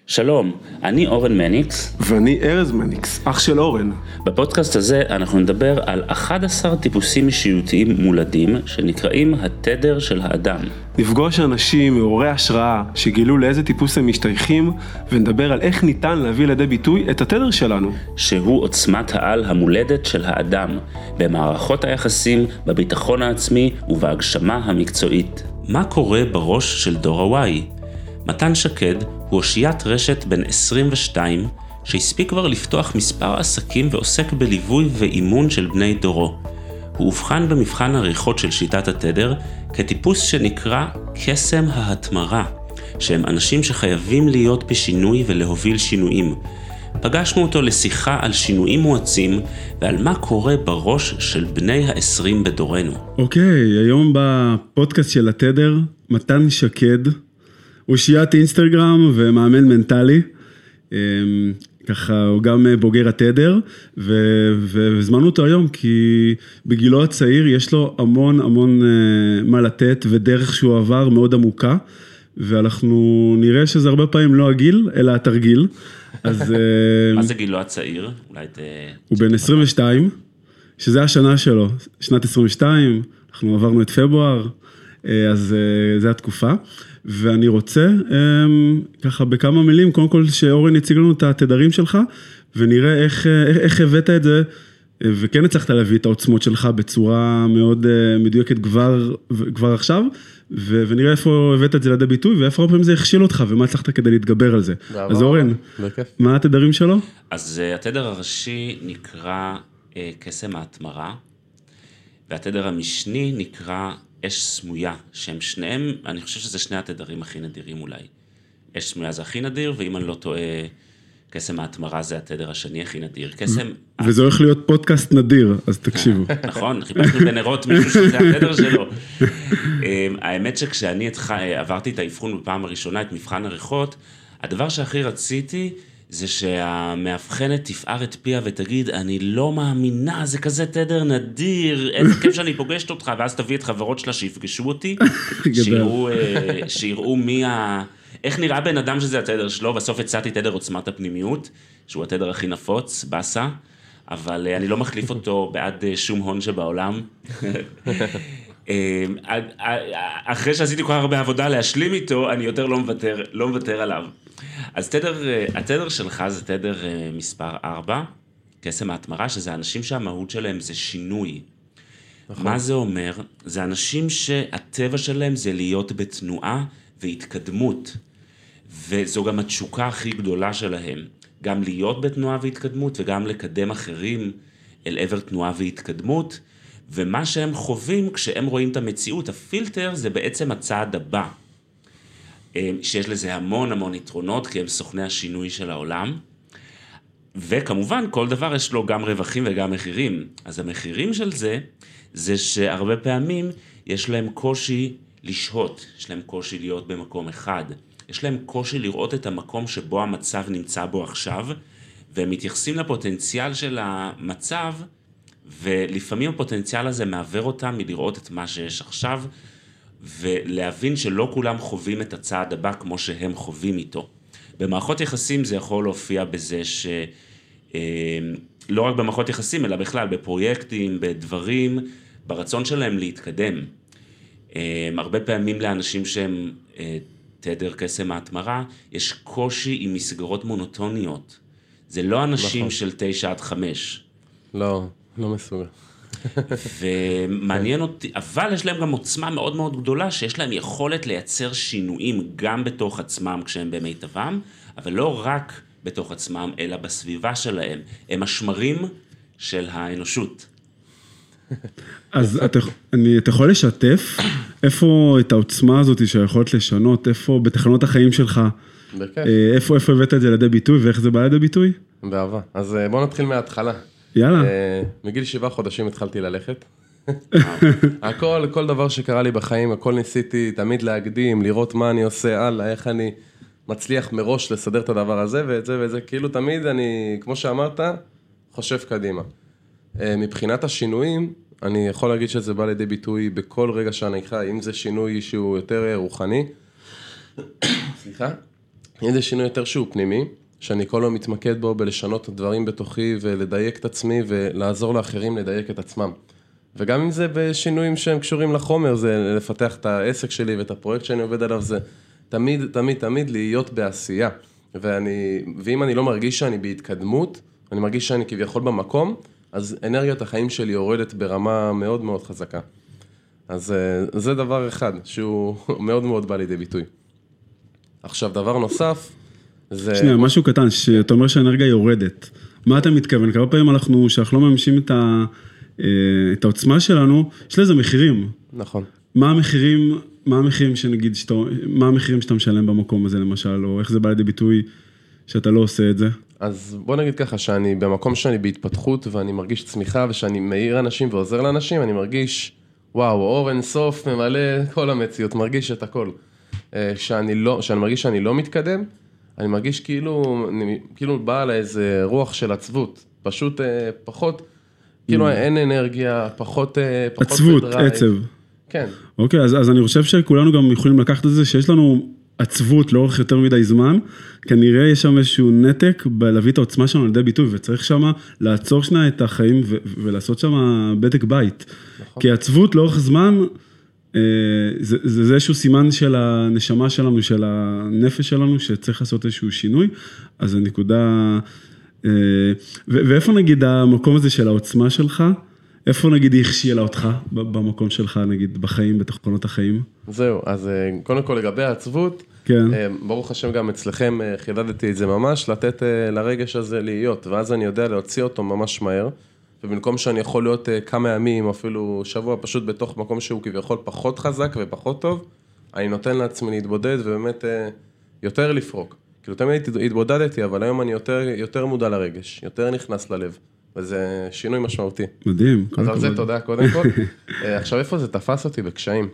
שלום, אני אורן מניקס. ואני ארז מניקס, אח של אורן. בפודקאסט הזה אנחנו נדבר על 11 טיפוסים אישיותיים מולדים שנקראים התדר של האדם. נפגוש אנשים מעוררי השראה שגילו לאיזה טיפוס הם משתייכים, ונדבר על איך ניתן להביא לידי ביטוי את התדר שלנו. שהוא עוצמת העל המולדת של האדם, במערכות היחסים, בביטחון העצמי ובהגשמה המקצועית. מה קורה בראש של דור ה-Y? מתן שקד הוא אושיית רשת בן 22 שהספיק כבר לפתוח מספר עסקים ועוסק בליווי ואימון של בני דורו. הוא הובחן במבחן העריכות של שיטת התדר כטיפוס שנקרא קסם ההתמרה, שהם אנשים שחייבים להיות בשינוי ולהוביל שינויים. פגשנו אותו לשיחה על שינויים מואצים ועל מה קורה בראש של בני ה-20 בדורנו. אוקיי, היום בפודקאסט של התדר, מתן שקד, אושיית אינסטגרם ומאמן מנטלי, ככה הוא גם בוגר התדר, והזמנו אותו היום כי בגילו הצעיר יש לו המון מה לתת ודרך שהוא עבר מאוד עמוקה, ואנחנו נראה שזה הרבה פעמים לא הגיל, אלא התרגיל. אז מה זה גילו הצעיר? הוא בן 22, שזה השנה שלו, שנת 22, אנחנו עברנו את פברואר, אז זה התקופה. ואני רוצה, ככה בכמה מילים, קודם כל שאורן יציג לנו את התדרים שלך, ונראה איך הבאת את זה, וכן הצלחת להביא את העוצמות שלך בצורה מאוד מדויקת כבר עכשיו, ונראה איפה הבאת את זה לידי ביטוי, ואיפה הרבה פעמים זה הכשיל אותך, ומה הצלחת כדי להתגבר על זה. אז אורן, מה התדרים שלו? אז התדר הראשי נקרא קסם ההתמרה, והתדר המשני נקרא אש סמויה, שהם שניהם, אני חושב שזה שני התדרים הכי נדירים אולי. אש סמויה זה הכי נדיר, ואם אני לא טועה, קסם ההתמרה זה התדר השני הכי נדיר. וזה הולך להיות פודקאסט נדיר, אז תקשיבו. נכון, חיפשנו בנרות מישהו שזה התדר שלו. האמת שכשאני עברתי את האבחון בפעם הראשונה, את מבחן עריכות, הדבר שהכי רציתי, זה שהמאבחנת תפאר את פיה ותגיד, אני לא מאמינה, זה כזה תדר נדיר, איזה כיף שאני פוגשת אותך, ואז תביא את חברות שלה שיפגשו אותי, שיראו איך נראה בן אדם שזה התדר שלו, בסוף הצעתי תדר עוצמת הפנימיות, שהוא התדר הכי נפוץ, בסה, אבל אני לא מחליף אותו בעד שום הון שבעולם. אחרי שעשיתי כל הרבה עבודה להשלים איתו, אני יותר לא מוותר עליו. אז התדר שלך זה תדר מספר 4, קסם ההתמרה, שזה אנשים שהמהות שלהם זה שינוי. נכון. מה זה אומר? זה אנשים שהטבע שלהם זה להיות בתנועה והתקדמות, וזו גם התשוקה הכי גדולה שלהם, גם להיות בתנועה והתקדמות וגם לקדם אחרים אל עבר תנועה והתקדמות, ומה שהם חווים כשהם רואים את המציאות, הפילטר זה בעצם הצעד הבא, שיש לזה המון יתרונות, כי הם סוכני השינוי של העולם, וכמובן כל דבר יש לו גם רווחים וגם מחירים. אז המחירים של זה שהרבה פעמים יש להם קושי לשהות, יש להם קושי להיות במקום אחד, יש להם קושי לראות את המקום שבו המצב נמצא בו עכשיו, והם מתייחסים לפוטנציאל של המצב, ולפעמים הפוטנציאל הזה מעבר אותם מלראות את מה שיש עכשיו, ולהבין שלא כולם חווים את הצעד הבא כמו שהם חווים איתו. במערכות יחסים זה יכול להופיע בזה לא רק במערכות יחסים, אלא בכלל בפרויקטים, בדברים, ברצון שלהם להתקדם. הרבה פעמים לאנשים שהם תדר קסם ההתמרה, יש קושי עם מסגרות מונוטוניות. זה לא אנשים של 9-5. לא מסוגל. ומעניין אותי, אבל יש להם גם עוצמה מאוד מאוד גדולה, שיש להם יכולת לייצר שינויים גם בתוך עצמם כשהם במיטבם, אבל לא רק בתוך עצמם, אלא בסביבה שלהם. הם השמרים של האנושות. אז אתה יכול לשתף איפה את העוצמה הזאת שיכולת לשנות, איפה בתחנות החיים שלך, איפה הבאת את זה לידי ביטוי ואיך זה בא לידי ביטוי? באהבה. אז בואו נתחיל מההתחלה. יאללה. מגיל 7 חודשים התחלתי ללכת. כל דבר שקרה לי בחיים, הכל ניסיתי תמיד להקדים, לראות מה אני עושה, איך אני מצליח מראש לסדר את הדבר הזה ואת זה וזה, כאילו תמיד אני, כמו שאמרת, חושב קדימה. מבחינת השינויים, אני יכול להגיד שזה בא לידי ביטוי בכל רגע שאני חי, אם זה שינוי שהוא יותר רוחני, סליחה, איזה שינוי יותר שהוא פנימי, שאני כל יום מתמקד בו בלשנות דברים בתוכי ולדייק את עצמי ולעזור לאחרים לדייק את עצמם. וגם אם זה בשינויים שהם קשורים לחומר, זה לפתח את העסק שלי ואת הפרויקט שאני עובד עליו, זה תמיד, תמיד, תמיד להיות בעשייה. ואם אני לא מרגיש שאני בהתקדמות, אני מרגיש שאני כביכול במקום, אז אנרגיית החיים שלי יורדת ברמה מאוד מאוד חזקה. אז זה דבר אחד שהוא מאוד מאוד בא לידי ביטוי. עכשיו, דבר נוסף, זה... שנייה, משהו קטן, שאתה אומר שהאנרגיה יורדת. מה אתה מתכוון? כמה פעמים שאנחנו לא ממשים את העוצמה שלנו, יש לזה מחירים. נכון. מה המחירים שנגיד, מה המחירים שאתה משלם במקום הזה למשל, או איך זה בא לידי ביטוי שאתה לא עושה את זה? אז בוא נגיד ככה, שאני במקום שאני בהתפתחות, ואני מרגיש צמיחה, ושאני מאיר אנשים ועוזר לאנשים, אני מרגיש, וואו, אור אין סוף, ממלא כל המציאות, מרגיש את הכל. שאני מרגיש שאני לא מתקדם, אני מרגיש כאילו בא לה איזה רוח של עצבות, פשוט פחות, כאילו אין אנרגיה, פחות עצבות, עצב. כן. אוקיי, אז אני חושב שכולנו גם יכולים לקחת את זה, שיש לנו עצבות לאורך יותר מדי זמן, כנראה יש שם איזשהו נתק בלהביא את העוצמה שלנו לידי ביטוי, וצריך שם לעצור שנה את החיים ולעשות שם בדק בית. נכון. כי עצבות לאורך זמן, זה איזשהו סימן של הנשמה שלנו, של הנפש שלנו, שצריך לעשות איזשהו שינוי, אז הנקודה, ואיפה נגיד המקום הזה של העוצמה שלך, איפה נגיד היא הכשילה אותך במקום שלך, נגיד בחיים, בתחכונות החיים? זהו, אז קודם כל לגבי העצבות, כן. ברוך השם גם אצלכם חידדתי את זה ממש, לתת לרגש הזה להיות, ואז אני יודע להוציא אותו ממש מהר, ובמקום שאני יכול להיות כמה ימים, אפילו שבוע פשוט בתוך מקום שהוא כביכול פחות חזק ופחות טוב, אני נותן לעצמי להתבודד ובאמת יותר לפרוק. כאילו תמיד התבודדתי, אבל היום אני יותר מודע לרגש, יותר נכנס ללב. וזה שינוי משמעותי. מדהים. אז על זה תודה קודם כל. עכשיו איפה זה תפס אותי בקשיים?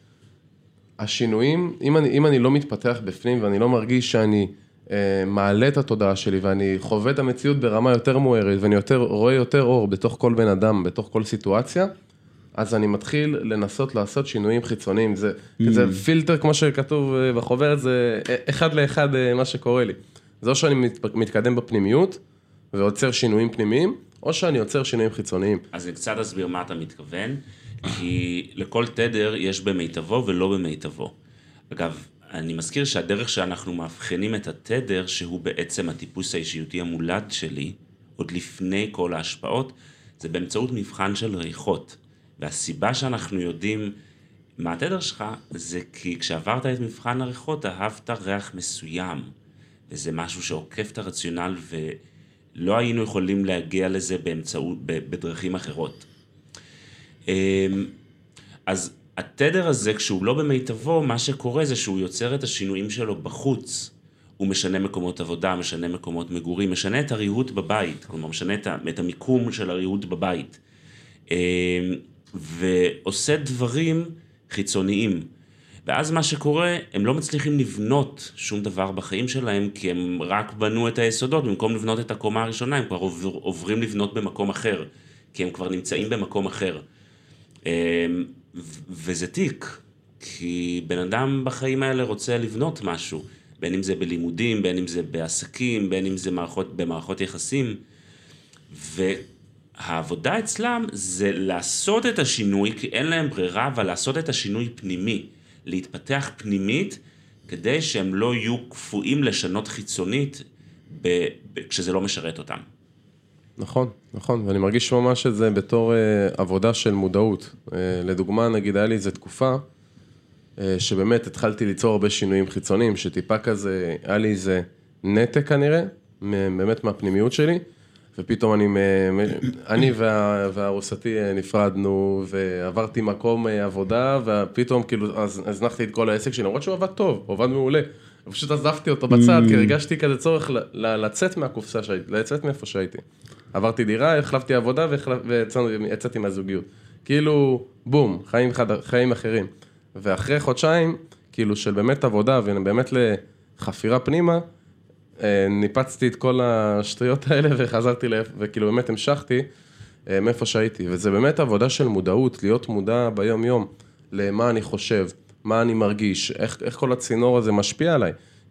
השינויים, אם אני לא מתפתח בפנים ואני לא מרגיש שאני מעלה את התודעה שלי ואני חווה את המציאות ברמה יותר מוארת ואני רואה יותר אור בתוך כל בן אדם, בתוך כל סיטואציה, אז אני מתחיל לנסות לעשות שינויים חיצוניים. זה פילטר כמו שכתוב בחוברת, זה אחד לאחד מה שקורה לי. זה או שאני מתקדם בפנימיות ועוצר שינויים פנימיים, או שאני עוצר שינויים חיצוניים. אז אני קצת אסביר מה אתה מתכוון, כי לכל תדר יש במיטבו ולא במיטבו. אגב, אני מזכיר שהדרך שאנחנו מאבחנים את התדר, שהוא בעצם הטיפוס האישיותי המולד שלי, עוד לפני כל ההשפעות, זה באמצעות מבחן של ריחות. והסיבה שאנחנו יודעים מה התדר שלך, זה כי כשעברת את מבחן הריחות, אהבת ריח מסוים. וזה משהו שעוקף את הרציונל ולא היינו יכולים להגיע לזה בדרכים אחרות. אז התדר הזה, כשהוא לא במיטבו, מה שקורה זה שהוא יוצר את השינויים שלו בחוץ. הוא משנה מקומות עבודה, משנה מקומות מגורים, משנה את הריהוט בבית, כלומר משנה את המיקום של הריהוט בבית. ועושה דברים חיצוניים. ואז מה שקורה, הם לא מצליחים לבנות שום דבר בחיים שלהם, כי הם רק בנו את היסודות, במקום לבנות את הקומה הראשונה, הם כבר עוברים לבנות במקום אחר, כי הם כבר נמצאים במקום אחר. וזה תיק, כי בן אדם בחיים האלה רוצה לבנות משהו, בין אם זה בלימודים, בין אם זה בעסקים, בין אם זה במערכות יחסים, והעבודה אצלם זה לעשות את השינוי, כי אין להם ברירה, אבל לעשות את השינוי פנימי, להתפתח פנימית, כדי שהם לא יהיו כפויים לשנות חיצונית, כשזה לא משרת אותם. נכון, נכון, ואני מרגיש ממש את זה בתור עבודה של מודעות. לדוגמה, נגיד, היה לי איזו תקופה, שבאמת התחלתי ליצור הרבה שינויים חיצוניים, שטיפה כזה, היה לי איזה נתק כנראה, באמת מהפנימיות שלי, ופתאום אני והרוסתי נפרדנו, ועברתי מקום עבודה, ופתאום כאילו, אז הזנחתי את כל העסק שלי, למרות שהוא עבד טוב, הוא עבד מעולה, ופשוט עזבתי אותו בצד, כי הרגשתי כזה צורך לצאת מהקופסה שהייתי, לצאת מאיפה שהייתי. עברתי דירה, החלפתי עבודה, ויצאתי מהזוגיות. כאילו, בום, חיים אחרים. ואחרי חודשיים, כאילו של באמת עבודה, ובאמת לחפירה פנימה, ניפצתי את כל השטויות האלה, וחזרתי וכאילו באמת המשכתי מאיפה שהייתי. וזה באמת עבודה של מודעות, להיות מודע ביום יום, למה אני חושב, מה אני מרגיש, איך כל הצינור הזה משפיע עליי.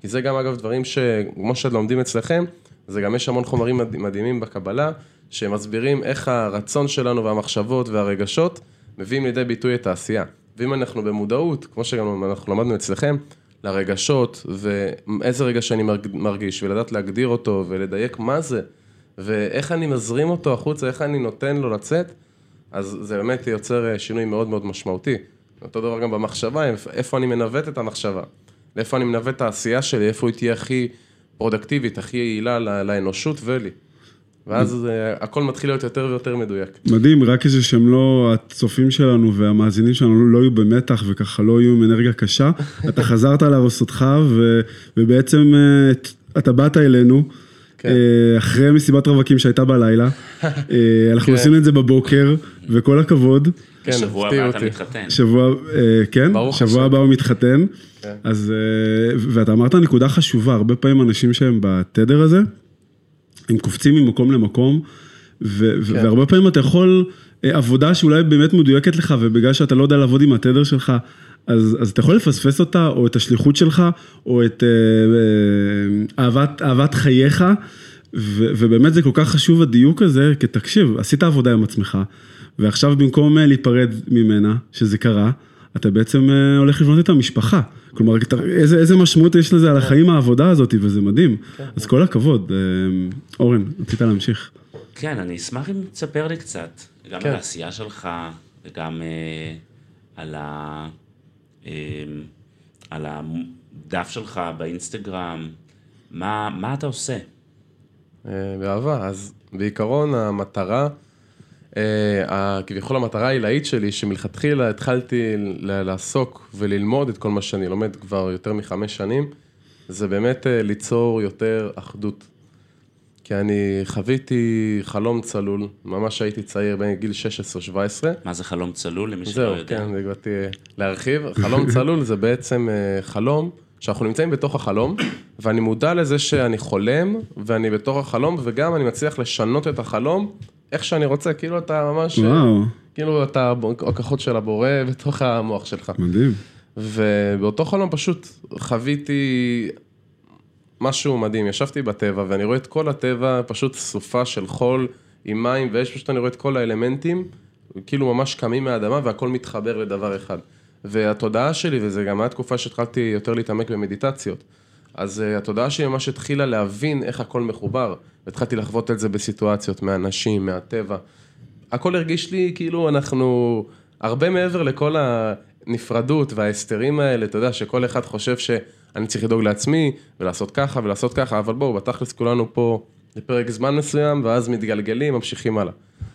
כי זה גם אגב דברים שכמו שאתם לומדים אצלכם, זה גם יש המון חומרים מדהימים בקבלה, שמסבירים איך הרצון שלנו והמחשבות והרגשות, מביאים לידי ביטוי את העשייה. ואם אנחנו במודעות, כמו שגם אנחנו למדנו אצלכם, לרגשות, ואיזה רגע שאני מרגיש, ולדעת להגדיר אותו, ולדייק מה זה, ואיך אני מזרים אותו החוצה, איך אני נותן לו לצאת, אז זה באמת יוצר שינוי מאוד מאוד משמעותי. אותו דבר גם במחשבה, איפה אני מנווט את המחשבה, לאיפה אני מנווט את העשייה שלי, איפה היא תהיה הכי פרודקטיבית, הכי יעילה לאנושות ולי. ואז הכל מתחיל להיות יותר ויותר מדויק. מדהים, רק כזה שהם לא, הצופים שלנו והמאזינים שלנו לא יהיו במתח וככה לא יהיו עם אנרגיה קשה, אתה חזרת להרוס אותך ובעצם אתה באת אלינו, אחרי מסיבת רווקים שהייתה בלילה, אנחנו עושים את זה בבוקר, וכל הכבוד. שבוע הבא אתה מתחתן. שבוע הבא הוא מתחתן. אז, ואתה אמרת נקודה חשובה, הרבה פעמים אנשים שהם בתדר הזה, הם קופצים ממקום למקום, והרבה פעמים אתה יכול, עבודה שאולי באמת מדויקת לך, ובגלל שאתה לא יודע לעבוד עם התדר שלך, אז אתה יכול לפספס אותה, או את השליחות שלך, או את אהבת חייך, ובאמת זה כל כך חשוב הדיוק הזה, כי תקשיב, עשית עבודה עם עצמך, ועכשיו במקום להיפרד ממנה, שזה קרה, אתה בעצם הולך לבנות את המשפחה. כלומר, איזה משמעות יש לזה על החיים העבודה הזאת, וזה מדהים. אז כל הכבוד. אורן, רצית להמשיך. כן, אני אשמח אם תספר לי קצת, גם על העשייה שלך, וגם על הדף שלך באינסטגרם. מה אתה עושה? באהבה, אז בעיקרון המטרה, כביכול המטרה העילאית שלי, שמלכתחילה התחלתי לעסוק וללמוד את כל מה שאני לומד כבר יותר מ5 שנים, זה באמת ליצור יותר אחדות. כי אני חוויתי חלום צלול, ממש הייתי צעיר בין גיל 16-17. מה זה חלום צלול למי שלא יודע? זהו, כן, הגעתי להרחיב. חלום צלול זה בעצם חלום, שאנחנו נמצאים בתוך החלום, ואני מודע לזה שאני חולם, ואני בתוך החלום, וגם אני מצליח לשנות את החלום, איך שאני רוצה, כאילו אתה ממש, כאילו אתה הכוחות של הבורא בתוך המוח שלך. מדהים. ובאותו חלום פשוט חוויתי משהו מדהים, ישבתי בטבע ואני רואה את כל הטבע, פשוט סופה של חול עם מים, ויש פשוט אני רואה את כל האלמנטים, כאילו ממש קמים מהאדמה והכל מתחבר לדבר אחד. והתודעה שלי, וזה גם התקופה שהתחלתי יותר להתעמק במדיטציות, אז התודעה שלי ממש התחילה להבין איך הכל מחובר, והתחלתי לחוות את זה בסיטואציות, מהאנשים, מהטבע. הכל הרגיש לי כאילו אנחנו הרבה מעבר לכל הנפרדות וההסתרים האלה, אתה יודע שכל אחד חושב שאני צריך לדאוג לעצמי, ולעשות ככה ולעשות ככה, אבל בואו, בתכלס כולנו פה לפרק זמן מסוים, ואז מתגלגלים, ממשיכים הלאה.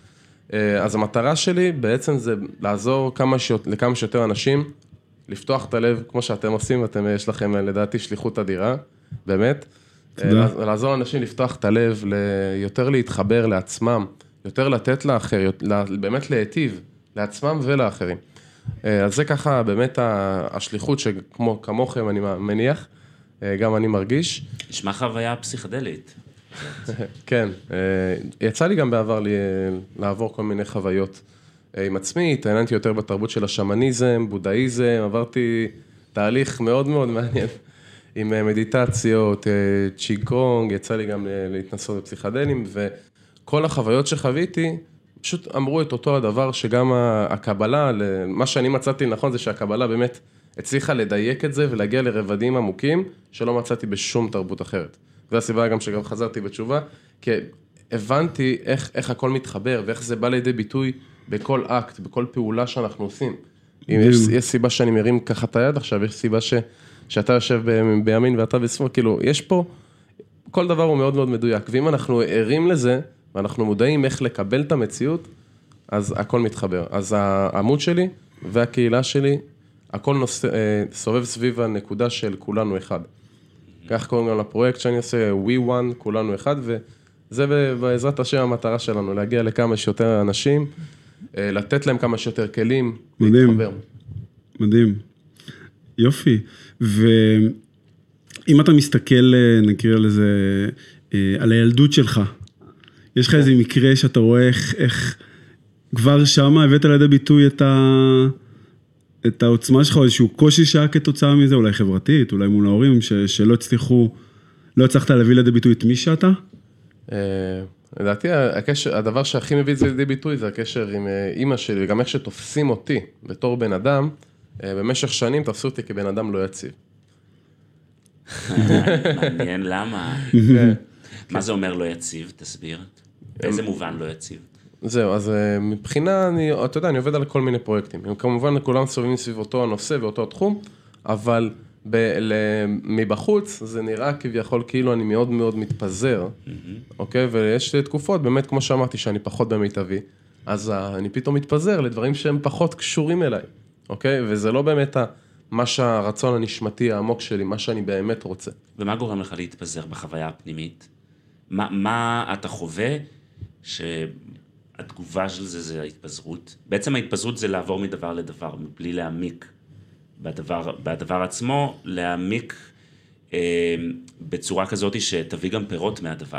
אז המטרה שלי בעצם זה לעזור לכמה שיותר אנשים, לפתוח את הלב, כמו שאתם עושים, יש לכם לדעתי שליחות אדירה, באמת. לעזור לאנשים לפתוח את הלב, יותר להתחבר לעצמם, יותר לתת לאחר, באמת להיטיב, לעצמם ולאחרים. אז זה ככה באמת השליחות שכמוכם אני מניח, גם אני מרגיש. נשמע חוויה פסיכדלית. כן, יצא לי גם בעבר לעבור כל מיני חוויות עם עצמי, התעניינתי יותר בתרבות של השמניזם, בודהיזם, עברתי תהליך מאוד מאוד מעניין עם מדיטציות, צ'יקונג, יצא לי גם להתנסות בפסיכדלים, וכל החוויות שחוויתי, פשוט אמרו את אותו הדבר שגם הקבלה, מה שאני מצאתי נכון זה שהקבלה באמת הצליחה לדייק את זה ולהגיע לרבדים עמוקים שלא מצאתי בשום תרבות אחרת. והסיבה גם שגם חזרתי בתשובה, כי הבנתי איך הכל מתחבר ואיך זה בא לידי ביטוי בכל אקט, בכל פעולה שאנחנו עושים. אם יש סיבה שאני מרים ככה את היד עכשיו, יש סיבה שאתה יושב בימין ואתה בשמאל, כאילו יש פה, כל דבר הוא מאוד מאוד מדויק, ואם אנחנו ערים לזה, ואנחנו מודעים איך לקבל את המציאות, אז הכל מתחבר. אז העמוד שלי והקהילה שלי, הכל סובב סביב הנקודה של כולנו אחד. כך קוראים גם לפרויקט שאני עושה, We One, כולנו אחד, וזה בעזרת השם המטרה שלנו, להגיע לכמה שיותר אנשים, לתת להם כמה שיותר כלים, להתחבר. מדהים. יופי. ואם אתה מסתכל, נקרא לזה, על הילדות שלך, יש לך איזה מקרה שאתה רואה איך כבר שמה הבאת לידי ביטוי את העוצמה שלך, או איזשהו קושי שהיה כתוצאה מזה, אולי חברתית, אולי מול ההורים, שלא הצליחו, לא הצלחת להביא לידי ביטוי את מי שאתה? לדעתי, הדבר שהכי מביא את זה לידי ביטוי, זה הקשר עם אמא שלי, וגם איך שתופסים אותי בתור בן אדם, במשך שנים תפסו אותי כבן אדם לא יציב. מעניין למה. מה זה אומר לא יציב? תסביר. באיזה מובן לא יציב? זהו, אז מבחינה, אתה יודע, אני עובד על כל מיני פרויקטים. כמובן, כולם סובבים סביב אותו הנושא ואותו התחום, אבל מבחוץ זה נראה כביכול כאילו אני מאוד מאוד מתפזר, אוקיי? ויש תקופות, באמת, כמו שאמרתי, שאני פחות במיטבי, אז אני פתאום מתפזר לדברים שהם פחות קשורים אליי, אוקיי? וזה לא באמת מה שהרצון הנשמתי העמוק שלי, מה שאני באמת רוצה. ומה גורם לך להתפזר בחוויה הפנימית? מה אתה חווה שהתגובה של זה ההתפזרות? בעצם ההתפזרות זה לעבור מדבר לדבר, מבלי להעמיק בדבר עצמו, להעמיק בצורה כזאת שתביא גם פירות מהדבר.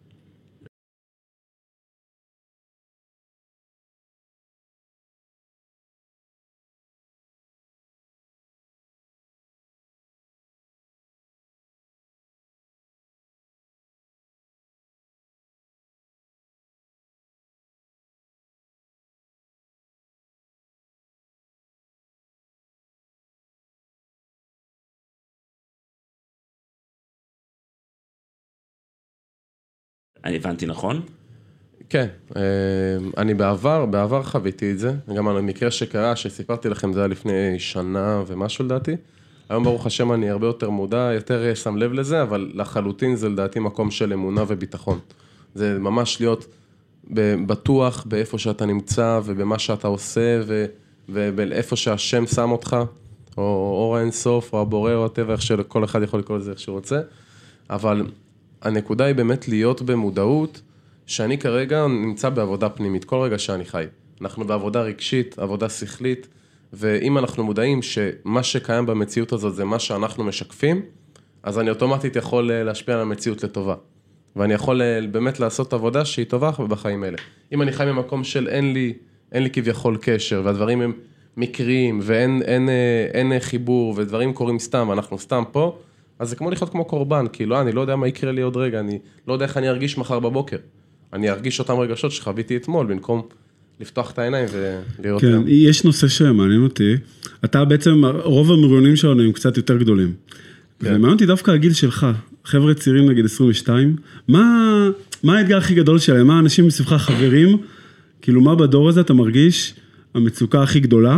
אני הבנתי נכון? כן, אני בעבר חוויתי את זה, גם על המקרה שקרה, שסיפרתי לכם, זה היה לפני שנה ומשהו לדעתי, היום ברוך השם אני הרבה יותר מודע, יותר שם לב לזה, אבל לחלוטין זה לדעתי מקום של אמונה וביטחון. זה ממש להיות בטוח באיפה שאתה נמצא ובמה שאתה עושה ובאיפה שהשם שם אותך, או אור האינסוף, או הבורא, או הטבע, איך שכל אחד יכול לקרוא לזה איך שהוא רוצה, אבל הנקודה היא באמת להיות במודעות, שאני כרגע נמצא בעבודה פנימית, כל רגע שאני חי. אנחנו בעבודה רגשית, עבודה שכלית, ואם אנחנו מודעים שמה שקיים במציאות הזאת זה מה שאנחנו משקפים, אז אני אוטומטית יכול להשפיע על המציאות לטובה. ואני יכול באמת לעשות עבודה שהיא טובה בחיים האלה. אם אני חי במקום של אין לי כביכול קשר, והדברים הם מקריים, ואין חיבור, ודברים קורים סתם, ואנחנו סתם פה, אז זה כמו לחיות כמו קורבן, כאילו, אני לא יודע מה יקרה לי עוד רגע, אני לא יודע איך אני ארגיש מחר בבוקר. אני ארגיש אותם רגשות שחוויתי אתמול, במקום לפתוח את העיניים ולראות כן, אותם. יש נושא שמעניין אותי. אתה בעצם, רוב המריונים שלנו הם קצת יותר גדולים. ומעניין אותי דווקא הגיל שלך, חבר'ה צעירים נגיד 22, מה האתגר הכי גדול שלהם? מה האנשים מסביבך חברים? כאילו, מה בדור הזה אתה מרגיש המצוקה הכי גדולה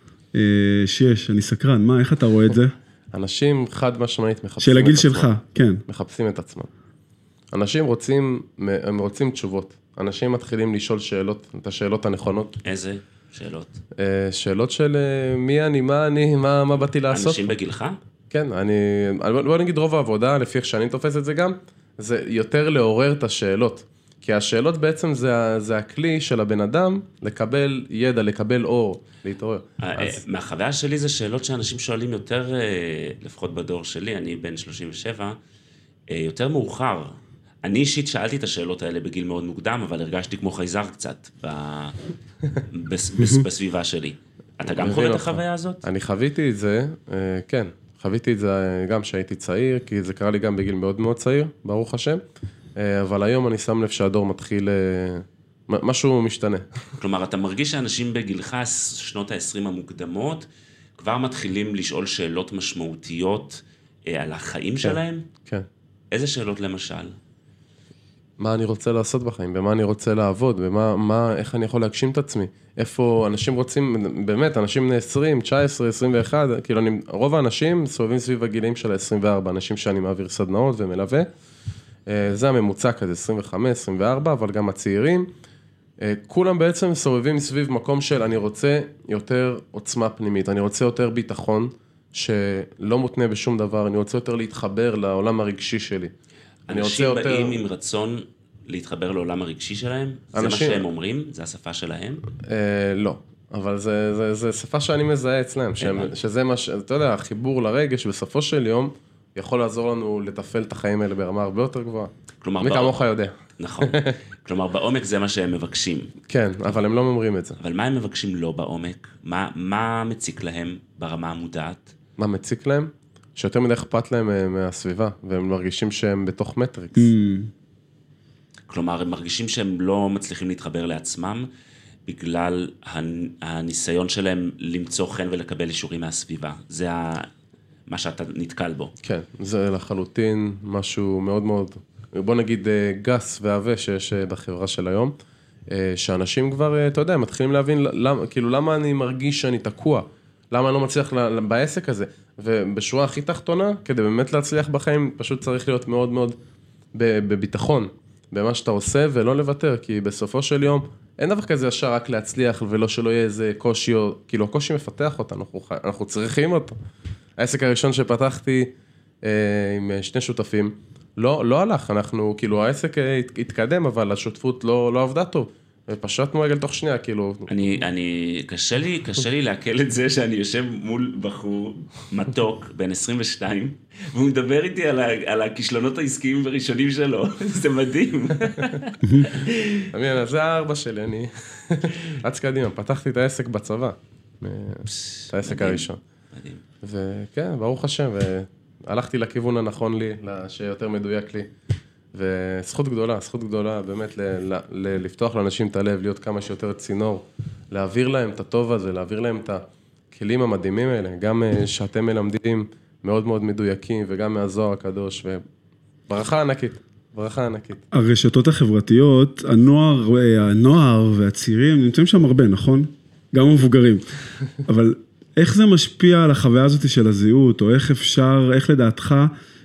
שיש? אני סקרן, איך אתה רואה את זה? אנשים חד משמעית מחפשים את עצמם. של הגיל שלך, כן. מחפשים את עצמם. אנשים רוצים תשובות. אנשים מתחילים לשאול את השאלות הנכונות. איזה שאלות? שאלות של מי אני, מה באתי לעשות? אנשים בגילך? כן, בוא נגיד רוב העבודה, לפי איך שאני תופס את זה גם, זה יותר לעורר את השאלות. כי השאלות בעצם זה הכלי של הבן אדם לקבל ידע, לקבל אור, להתעורר. מהחוויה שלי זה שאלות שאנשים שואלים יותר, לפחות בדור שלי, אני בן 37, יותר מאוחר. אני אישית שאלתי את השאלות האלה בגיל מאוד מוקדם, אבל הרגשתי כמו חייזר קצת בסביבה שלי. אתה גם חווה את החוויה הזאת? אני חוויתי את זה, כן. חוויתי את זה גם כשהייתי צעיר, כי זה קרה לי גם בגיל מאוד מאוד צעיר, ברוך השם. אבל היום אני שם לב שהדור מתחיל, משהו משתנה. כלומר, אתה מרגיש שאנשים בגילך, שנות ה-20 המוקדמות, כבר מתחילים לשאול שאלות משמעותיות על החיים שלהם? כן. איזה שאלות למשל? מה אני רוצה לעשות בחיים, במה אני רוצה לעבוד, איך אני יכול להגשים את עצמי, איפה אנשים רוצים, באמת, אנשים בני 20, 19, 21, כאילו רוב האנשים סובבים סביב הגילים של ה-24, אנשים שאני מעביר סדנאות ומלווה, זה הממוצע כזה, 25, 24, אבל גם הצעירים, כולם בעצם סובבים סביב מקום של אני רוצה יותר עוצמה פנימית, אני רוצה יותר ביטחון, שלא מותנה בשום דבר, אני רוצה יותר להתחבר לעולם הרגשי שלי. אנשים באים עם רצון להתחבר לעולם הרגשי שלהם? זה מה שהם אומרים? זה השפה שלהם? לא, אבל זה שפה שאני מזהה אצלם, שזה מה אתה יודע, החיבור לרגש בסופו של יום, יכול לעזור לנו לתפעל את החיים האלה ברמה הרבה יותר גבוהה. מי כמוך יודע. נכון. כלומר, בעומק זה מה שהם מבקשים. כן, אבל הם לא אומרים את זה. אבל מה הם מבקשים לא בעומק? מה מציק להם ברמה המודעת? מה מציק להם? שיותר מדי אכפת להם מהסביבה, והם מרגישים שהם בתוך מטריקס. כלומר, הם מרגישים שהם לא מצליחים להתחבר לעצמם, בגלל הניסיון שלהם למצוא חן ולקבל אישורים מהסביבה. זה מה שאתה נתקל בו. כן, זה לחלוטין משהו מאוד מאוד, בוא נגיד גס ועווה שיש בחברה של היום, שאנשים כבר, אתה יודע, מתחילים להבין כאילו למה אני מרגיש שאני תקוע, למה אני לא מצליח בעסק הזה, ובשורה הכי תחתונה, כדי באמת להצליח בחיים, פשוט צריך להיות מאוד מאוד בביטחון, במה שאתה עושה ולא לוותר, כי בסופו של יום, אין דבר כזה ישר רק להצליח, ולא שלא יהיה איזה קושי, כאילו הקושי מפתח אותנו, אנחנו צריכים אותו. העסק הראשון שפתחתי עם שני שותפים, לא הלך, אנחנו, כאילו העסק התקדם, אבל השותפות לא עבדה טוב, ופשטנו רגל תוך שנייה, כאילו. קשה לי להקל את זה שאני יושב מול בחור מתוק, בן 22, והוא מדבר איתי על הכישלונות העסקיים וראשונים שלו, זה מדהים. זה הארבע שלי, אני רץ קדימה, פתחתי את העסק בצבא, את העסק הראשון. מדהים. וכן, ברוך השם, והלכתי לכיוון הנכון לי, שיותר מדויק לי, וזכות גדולה, באמת לפתוח לאנשים את הלב, להיות כמה שיותר צינור, להעביר להם את הטוב הזה, להעביר להם את הכלים המדהימים האלה, גם שאתם מלמדים מאוד מאוד מדויקים, וגם מהזוהר הקדוש, וברכה ענקית. הרשתות החברתיות, הנוער והצעירים נמצאים שם הרבה, נכון? גם המבוגרים. אבל איך זה משפיע על החוויה הזאת של הזהות, או איך לדעתך,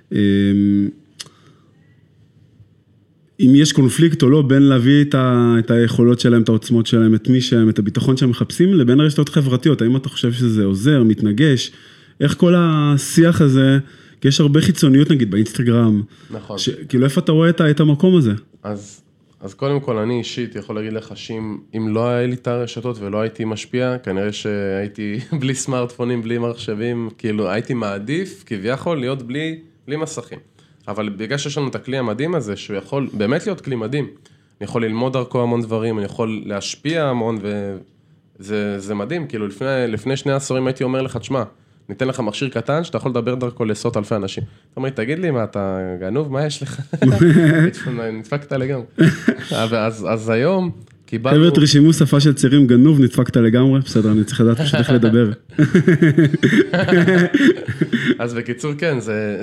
אם יש קונפליקט או לא, בין להביא את היכולות שלהם, את העוצמות שלהם, את מי שהם, את הביטחון שהם מחפשים, לבין הרשתות חברתיות. האם אתה חושב שזה עוזר, מתנגש? איך כל השיח הזה, כי יש הרבה חיצוניות נגיד באינסטגרם. נכון. כאילו איפה אתה רואה את המקום הזה? אז קודם כל אני אישית יכול להגיד לך שאם לא היה לי את הרשתות ולא הייתי משפיע, כנראה שהייתי בלי סמארטפונים, בלי מחשבים, כאילו הייתי מעדיף כביכול להיות בלי מסכים. אבל בגלל שיש לנו את הכלי המדהים הזה, שהוא יכול באמת להיות כלי מדהים, אני יכול ללמוד דרכו המון דברים, אני יכול להשפיע המון, וזה מדהים, כאילו לפני 2 עשורים הייתי אומר לך, תשמע, ניתן לך מכשיר קטן, שאתה יכול לדבר דרכו לעשרות אלפי אנשים. אתה אומר, תגיד לי, מה אתה גנוב, מה יש לך? נדפקת לגמרי. אז היום קיבלנו... חבר'ה, תרשמו שפה של צעירים גנוב, נדפקת לגמרי, בסדר, אני צריך לדעת פשוט איך לדבר. אז בקיצור, כן,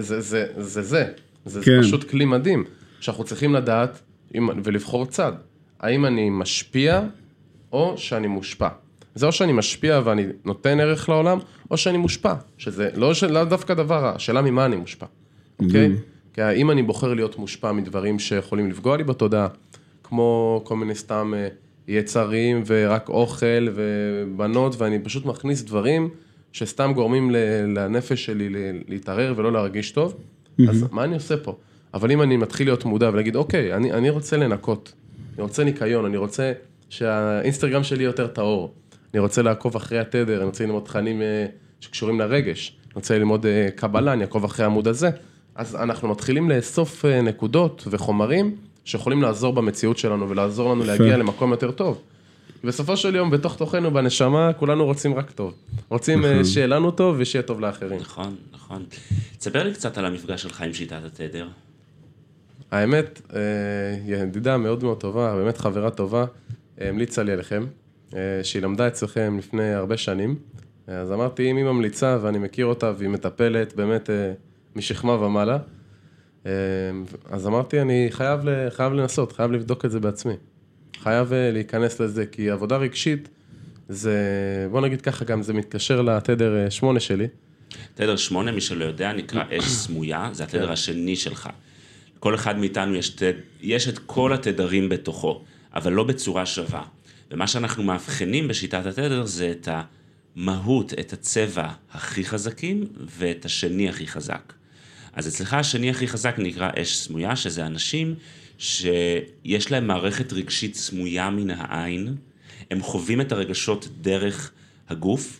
זה פשוט כלי מדהים, שאנחנו צריכים לדעת ולבחור צד. האם אני משפיע או שאני מושפע? זה או שאני משפיע ואני נותן ערך לעולם, או שאני מושפע, שזה לא דווקא דבר רע, השאלה ממה אני מושפע, אוקיי? כי אם אני בוחר להיות מושפע מדברים שיכולים לפגוע לי בתודעה, כמו כל מיני סתם יצרים ורק אוכל ובנות, ואני פשוט מכניס דברים שסתם גורמים לנפש שלי להתערער ולא להרגיש טוב, אז מה אני עושה פה? אבל אם אני מתחיל להיות מודע ולהגיד, אוקיי, אני רוצה לנקות, אני רוצה ניקיון, אני רוצה שהאינסטגרם שלי יותר טהור, אני רוצה לעקוב אחרי התדר, אני רוצה ללמוד תכנים שקשורים לרגש, אני רוצה ללמוד קבלה, אני אעקוב אחרי העמוד הזה, אז אנחנו מתחילים לאסוף נקודות וחומרים שיכולים לעזור במציאות שלנו ולעזור לנו להגיע למקום יותר טוב. בסופו של יום, בתוך תוכנו, בנשמה, כולנו רוצים רק טוב. רוצים שיהיה לנו טוב ושיהיה טוב לאחרים. נכון. תספר לי קצת על המפגש שלך עם שיטת התדר. האמת, ידידה מאוד מאוד טובה, באמת חברה טובה, המליצה לי עליכם, שהיא למדה אצלכם לפני הרבה שנים. אז אמרתי, אם היא ממליצה ואני מכיר אותה והיא מטפלת באמת משכמה ומעלה, אז אמרתי, אני חייב לנסות, חייב לבדוק את זה בעצמי. חייב להיכנס לזה, כי עבודה רגשית, זה, בוא נגיד ככה גם, זה מתקשר לתדר 8 שלי. תדר 8, מי שלא יודע, נקרא אש סמויה, זה התדר השני שלך. כל אחד מאיתנו יש את כל התדרים בתוכו, אבל לא בצורה שווה. ומה שאנחנו מאבחנים בשיטת התדר זה את המהות, את הצבע הכי חזקים ואת השני הכי חזק. אז אצלך השני הכי חזק נקרא אש סמויה, שזה אנשים שיש להם מערכת רגשית סמויה מן העין, הם חווים את הרגשות דרך הגוף,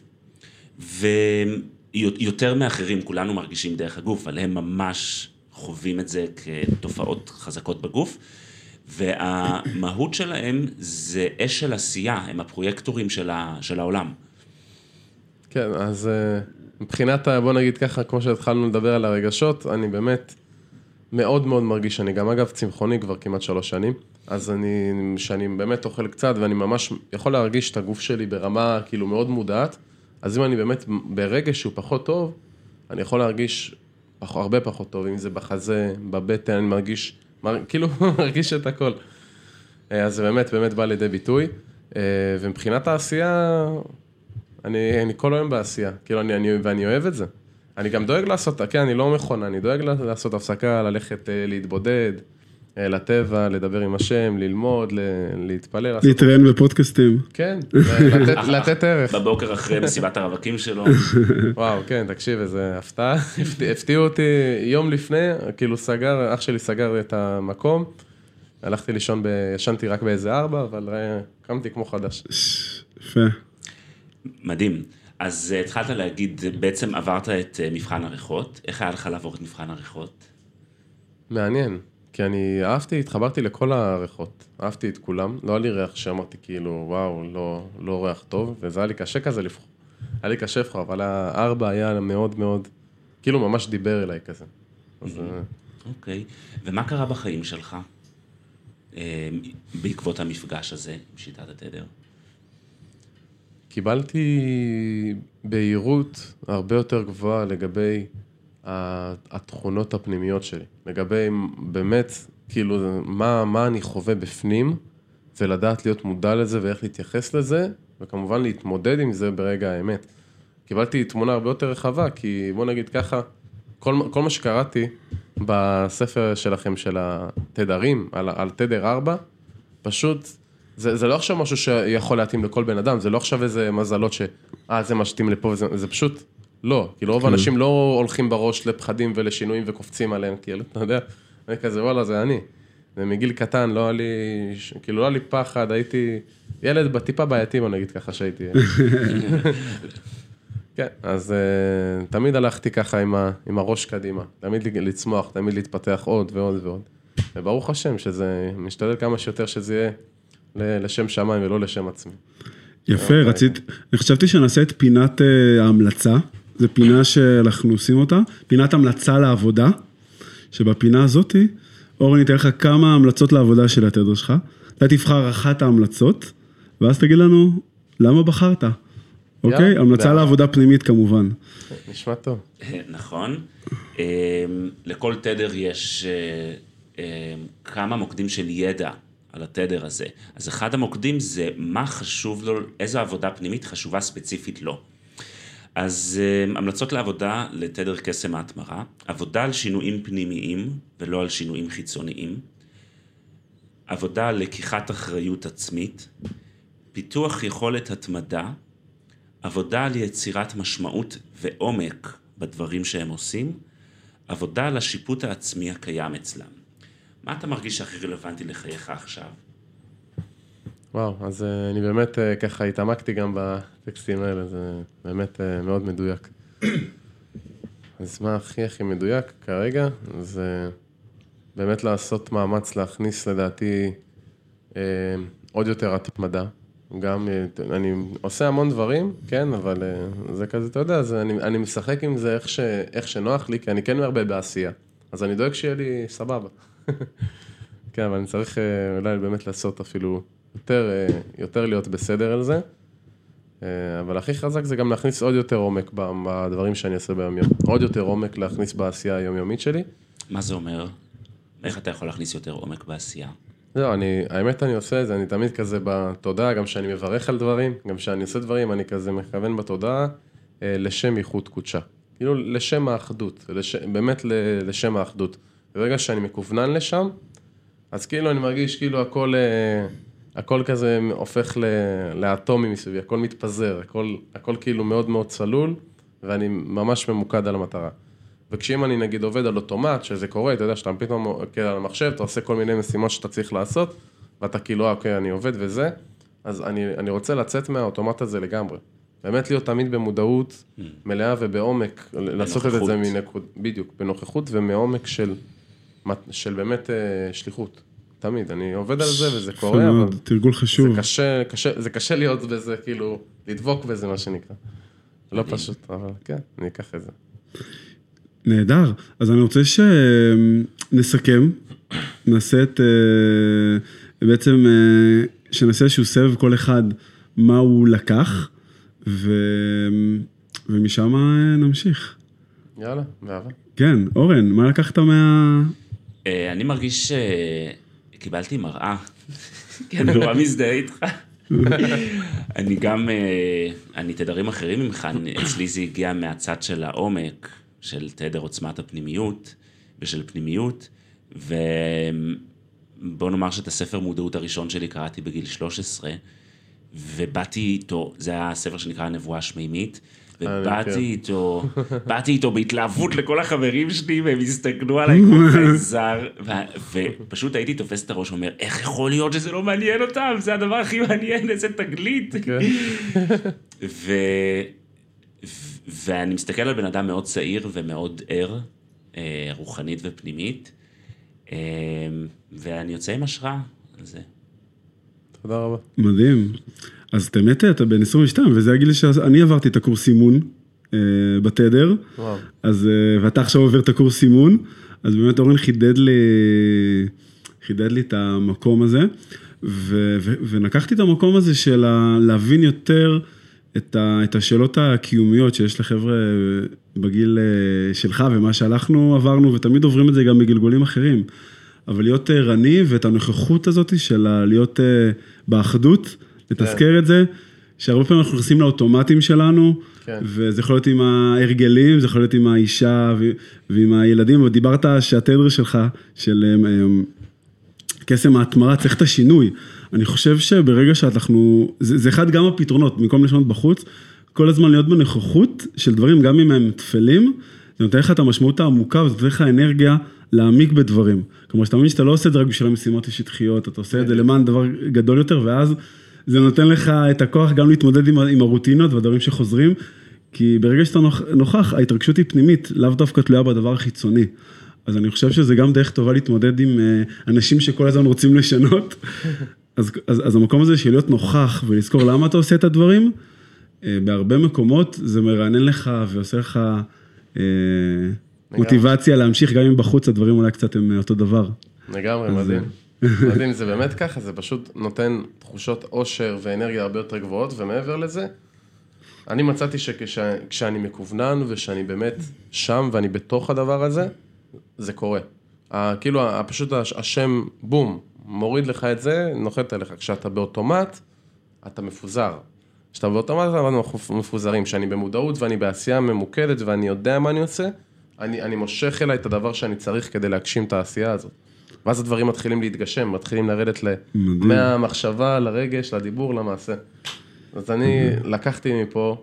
ויותר מאחרים, כולנו מרגישים דרך הגוף, אבל הם ממש חווים את זה כתופעות חזקות בגוף, והמהות שלהם זה אש של עשייה, הם הפרויקטורים של העולם. כן, אז מבחינת, בוא נגיד ככה, כמו שהתחלנו לדבר על הרגשות, אני באמת מאוד מאוד מרגיש, אני גם אגב צמחוני כבר כמעט 3 שנים, אז שאני באמת אוכל קצת, ואני ממש יכול להרגיש את הגוף שלי ברמה כאילו מאוד מודעת, אז אם אני באמת ברגש שהוא פחות טוב, אני יכול להרגיש הרבה פחות טוב, אם זה בחזה, בבטן, אני מרגיש, כאילו מרגיש את הכל. אז זה באמת בא לידי ביטוי, ומבחינת העשייה, אני כל היום בעשייה, כאילו ואני אוהב את זה. אני גם דואג לעשות, כן, אני לא מכונה, אני דואג לעשות הפסקה, ללכת להתבודד, לטבע, לדבר עם השם, ללמוד, להתפלל. להתראיין בפודקאסטים. כן, לתת ערך. בבוקר אחרי מסיבת הרווקים שלו. וואו, כן, תקשיב, איזה הפתעה. הפתיעו אותי יום לפני, כאילו אח שלי סגר את המקום, הלכתי לישון, ישנתי רק באיזה 4, אבל קמתי כמו חדש. יפה. מדהים. אז התחלת להגיד, בעצם עברת את מבחן עריכות. איך היה לך לעבור את מבחן עריכות? מעניין, כי אני התחברתי לכל העריכות, אהבתי את כולם, לא היה לי ריח שאמרתי כאילו, וואו, לא ריח טוב, וזה היה לי קשה כזה לבחור. היה לי קשה לבחור, אבל 4 היה מאוד מאוד, כאילו ממש דיבר אליי כזה. אוקיי, ומה קרה בחיים שלך בעקבות המפגש הזה עם שיטת התדר? קיבלתי בהירות הרבה יותר גבוהה לגבי התכונות הפנימיות שלי, לגבי באמת, כאילו, מה אני חווה בפנים, ולדעת להיות מודע לזה ואיך להתייחס לזה, וכמובן להתמודד עם זה ברגע האמת. קיבלתי תמונה הרבה יותר רחבה, כי בוא נגיד ככה, כל מה שקראתי בספר שלכם של התדרים, על תדר 4, פשוט, זה לא עכשיו משהו שיכול להתאים לכל בן אדם, זה לא עכשיו איזה מזלות זה משתים לפה, זה פשוט לא, כאילו רוב האנשים לא הולכים בראש לפחדים ולשינויים וקופצים עליהם, כאילו, אתה יודע, אני כזה, וואלה, זה אני. ומגיל קטן לא היה לי פחד, הייתי ילד בטיפה בעייתי, בוא נגיד ככה שהייתי. כן, אז תמיד הלכתי ככה עם הראש קדימה, תמיד לצמוח, תמיד להתפתח עוד ועוד ועוד. וברוך השם שזה משתדל כמה שיותר שזה יהיה לשם שמיים ולא לשם עצמי. יפה, אני חשבתי שנעשה את פינת ההמלצה, זו פינה שאנחנו עושים אותה, פינת המלצה לעבודה, שבפינה הזאת, אורן ייתן לך כמה המלצות לעבודה של התדר שלך, אתה תבחר אחת ההמלצות, ואז תגיד לנו למה בחרת. אוקיי? המלצה לעבודה פנימית כמובן. נשמע טוב. נכון. לכל תדר יש כמה מוקדים של ידע על התדר הזה. אז אחד המוקדים זה מה חשוב לו, איזו עבודה פנימית חשובה ספציפית לו. אז המלצות לעבודה לתדר קסם ההתמרה, עבודה על שינויים פנימיים ולא על שינויים חיצוניים, עבודה על לקיחת אחריות עצמית, פיתוח יכולת התמדה, עבודה על יצירת משמעות ועומק בדברים שהם עושים, עבודה על השיפוט העצמי הקיים אצלם. מה אתה מרגיש הכי רלוונטי לחייך עכשיו? וואו, אז אני באמת ככה התעמקתי גם בטקסטים האלה, זה באמת מאוד מדויק. אז מה הכי מדויק כרגע? זה באמת לעשות מאמץ להכניס לדעתי עוד יותר התמדה. גם אני עושה המון דברים, כן, אבל זה כזה, אתה יודע, אני משחק עם זה איך שנוח לי, כי אני כן מרבה בעשייה. אז אני דואג שיהיה לי סבבה. כן, אבל אני צריך אולי באמת לעשות אפילו יותר להיות בסדר על זה. אבל הכי חזק זה גם להכניס עוד יותר עומק בדברים שאני אעשה ביום-יום. עוד יותר עומק להכניס בעשייה היומיומית שלי. מה זה אומר? איך אתה יכול להכניס יותר עומק בעשייה? לא, האמת אני עושה את זה, אני תמיד כזה בתודעה, גם שאני מברך על דברים, גם שאני עושה דברים, אני כזה מכוון בתודעה לשם ייחוד קודשה. כאילו לשם האחדות, באמת לשם האחדות. ברגע שאני מקוונן לשם, אז כאילו אני מרגיש כאילו הכל כזה הופך לאטומי מסביבי, הכל מתפזר, הכל כאילו מאוד מאוד צלול, ואני ממש ממוקד על המטרה. וכשאם אני נגיד עובד על אוטומט, שזה קורה, אתה יודע שאתה פתאום על המחשב, אתה עושה כל מיני משימות שאתה צריך לעשות, ואתה כאילו, אוקיי, אני עובד וזה, אז אני רוצה לצאת מהאוטומט הזה לגמרי. באמת להיות תמיד במודעות מלאה ובעומק, לעשות את זה בדיוק, בנוכחות ומעומק של באמת שליחות. תמיד, אני עובד על זה וזה קורה, אבל תרגול חשוב. זה קשה להיות בזה, כאילו, לדבוק בזה, מה שנקרא. לא פשוט, אבל כן, אני אקח את זה. נהדר. אז אני רוצה שנסכם, נעשה את, בעצם, שנעשה איזשהו סבב כל אחד מה הוא לקח, ומשם נמשיך. יאללה, באהבה. כן, אורן, מה לקחת מה... אני מרגיש שקיבלתי מראה, כי אני נורא מזדהה איתך. אני גם, אני תדרים אחרים ממך, אצלי זה הגיע מהצד של העומק, של תדר עוצמת הפנימיות ושל פנימיות, ובוא נאמר שאת הספר מודעות הראשון שלי קראתי בגיל 13, ובאתי איתו, זה היה הספר שנקרא הנבואה השמימית, ובאתי איתו בהתלהבות לכל החברים שלי, והם הסתכלו עליי כמו חייזר, ופשוט הייתי תופס את הראש ואומר, איך יכול להיות שזה לא מעניין אותם? זה הדבר הכי מעניין, איזה תגלית. ואני מסתכל על בן אדם מאוד צעיר ומאוד ער, רוחנית ופנימית, ואני יוצא עם השראה על זה. תודה רבה. מדהים. אז באמת אתה בן 22, וזה הגיל שאני עברתי את הקורס אימון בתדר, אז, ואתה עכשיו עובר את הקורס אימון, אז באמת אורן חידד לי את המקום הזה, ונקחתי את המקום הזה של להבין יותר את השאלות הקיומיות שיש לחבר'ה בגיל שלך, ומה שהלכנו עברנו, ותמיד עוברים את זה גם בגלגולים אחרים, אבל להיות ערני, ואת הנוכחות הזאת של להיות באחדות, לתזכר את זה, שהרבה פעמים אנחנו נכנסים לאוטומטים שלנו, וזה יכול להיות עם ההרגלים, זה יכול להיות עם האישה ועם הילדים, ודיברת שהתדר שלך, של קסם ההתמרה, צריך את השינוי. אני חושב שברגע שאנחנו, זה אחד גם הפתרונות, במקום לשנות בחוץ, כל הזמן להיות בנוכחות של דברים, גם אם הם תפלים, זה נותן לך את המשמעות העמוקה, וזה נותן לך אנרגיה להעמיק בדברים. כלומר, שאתה מבין שאתה לא עושה את זה רק בשביל המשימות השטחיות, אתה עושה את זה למען דבר גדול יותר, ואז זה נותן לך את הכוח גם להתמודד עם הרוטינות והדברים שחוזרים, כי ברגע שאתה נוכח, ההתרגשות היא פנימית, לאו דווקא תלויה בדבר החיצוני. אז אני חושב שזה גם דרך טובה להתמודד עם אנשים שכל הזמן רוצים לשנות. אז המקום הזה של להיות נוכח ולזכור למה אתה עושה את הדברים, בהרבה מקומות זה מרענן לך ועושה לך מוטיבציה להמשיך, גם אם בחוץ הדברים אולי קצת הם אותו דבר. לגמרי, מדהים. מדהים, זה באמת ככה, זה פשוט נותן תחושות אושר ואנרגיה הרבה יותר גבוהות, ומעבר לזה, אני מצאתי שכשאני מקוונן ושאני באמת שם ואני בתוך הדבר הזה, זה קורה. כאילו, פשוט השם, בום, מוריד לך את זה, נוחת עליך. כשאתה באוטומט, אתה מפוזר. כשאתה באוטומט, אנחנו מפוזרים. כשאני במודעות ואני בעשייה ממוקדת ואני יודע מה אני עושה, אני מושך אליי את הדבר שאני צריך כדי להגשים את העשייה הזאת. ואז הדברים מתחילים להתגשם, מתחילים לרדת מהמחשבה, לרגש, לדיבור, למעשה. אז אני לקחתי מפה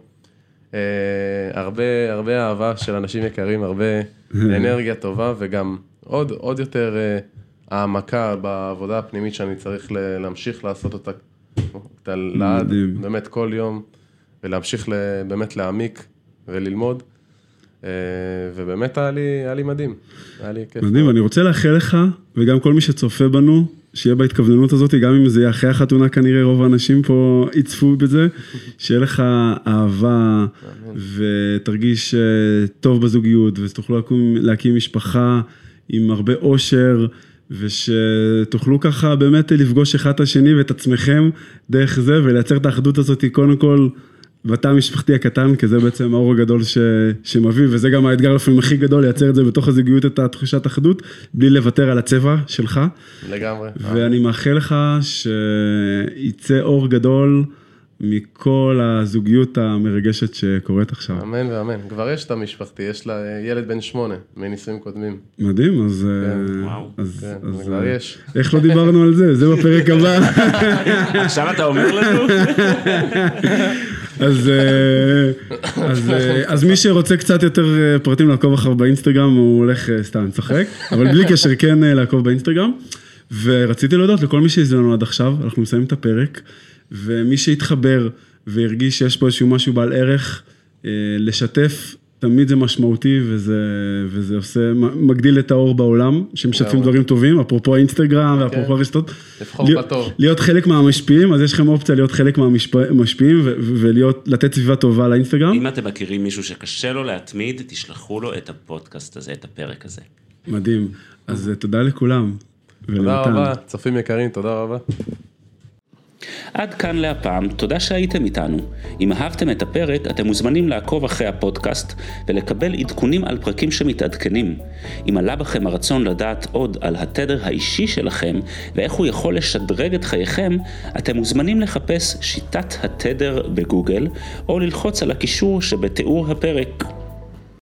הרבה אהבה של אנשים יקרים, הרבה אנרגיה טובה, וגם עוד יותר העמקה בעבודה הפנימית שאני צריך להמשיך לעשות אותה לעד, באמת כל יום, ולהמשיך באמת להעמיק וללמוד. ובאמת היה לי מדהים, היה לי כיף. מדהים, ואני רוצה לאחל לך, וגם כל מי שצופה בנו, שיהיה בהתכווננות הזאת, גם אם זה יהיה אחרי החתונה, כנראה רוב האנשים פה יצפו בזה, שיהיה לך אהבה, ותרגיש טוב בזוגיות, ותוכלו להקים משפחה עם הרבה אושר, ושתוכלו ככה באמת לפגוש אחד את השני ואת עצמכם דרך זה, ולייצר את האחדות הזאת קודם כל, ואתה המשפחתי הקטן, כי זה בעצם האור הגדול שמביא, וזה גם האתגר לפעמים הכי גדול, לייצר את זה בתוך הזוגיות, את התחושת אחדות, בלי לוותר על הצבע שלך. לגמרי. ואני מאחל לך שיצא אור גדול מכל הזוגיות המרגשת שקורית עכשיו. אמן ואמן. כבר יש את המשפחתי, יש לה ילד בן 8, מנישואים קודמים. מדהים, אז... וואו. אז כבר יש. איך לא דיברנו על זה? זה בפרק הבא. עכשיו אתה אומר לנו? אז מי שרוצה קצת יותר פרטים לעקוב אחר באינסטגרם, הוא הולך סתם צוחק, אבל בלי קשר כן לעקוב באינסטגרם. ורציתי להודות לכל מי שהזדמן לנו עד עכשיו, אנחנו מסיימים את הפרק, ומי שהתחבר והרגיש שיש פה איזשהו משהו בעל ערך, לשתף, תמיד זה משמעותי, וזה עושה, מגדיל את האור בעולם, שמשתפים דברים טובים, אפרופו האינסטגרם, ואפרופו הרשתות. לבחור בטוב. להיות חלק מהמשפיעים, אז יש לכם אופציה להיות חלק מהמשפיעים, ולתת סביבה טובה לאינסטגרם. אם אתם מכירים מישהו שקשה לו להתמיד, תשלחו לו את הפודקאסט הזה, את הפרק הזה. מדהים. אז תודה לכולם. תודה רבה, צופים יקרים, תודה רבה. עד כאן להפעם, תודה שהייתם איתנו. אם אהבתם את הפרק, אתם מוזמנים לעקוב אחרי הפודקאסט ולקבל עדכונים על פרקים שמתעדכנים. אם עלה בכם הרצון לדעת עוד על התדר האישי שלכם ואיך הוא יכול לשדרג את חייכם, אתם מוזמנים לחפש שיטת התדר בגוגל או ללחוץ על הקישור שבתיאור הפרק.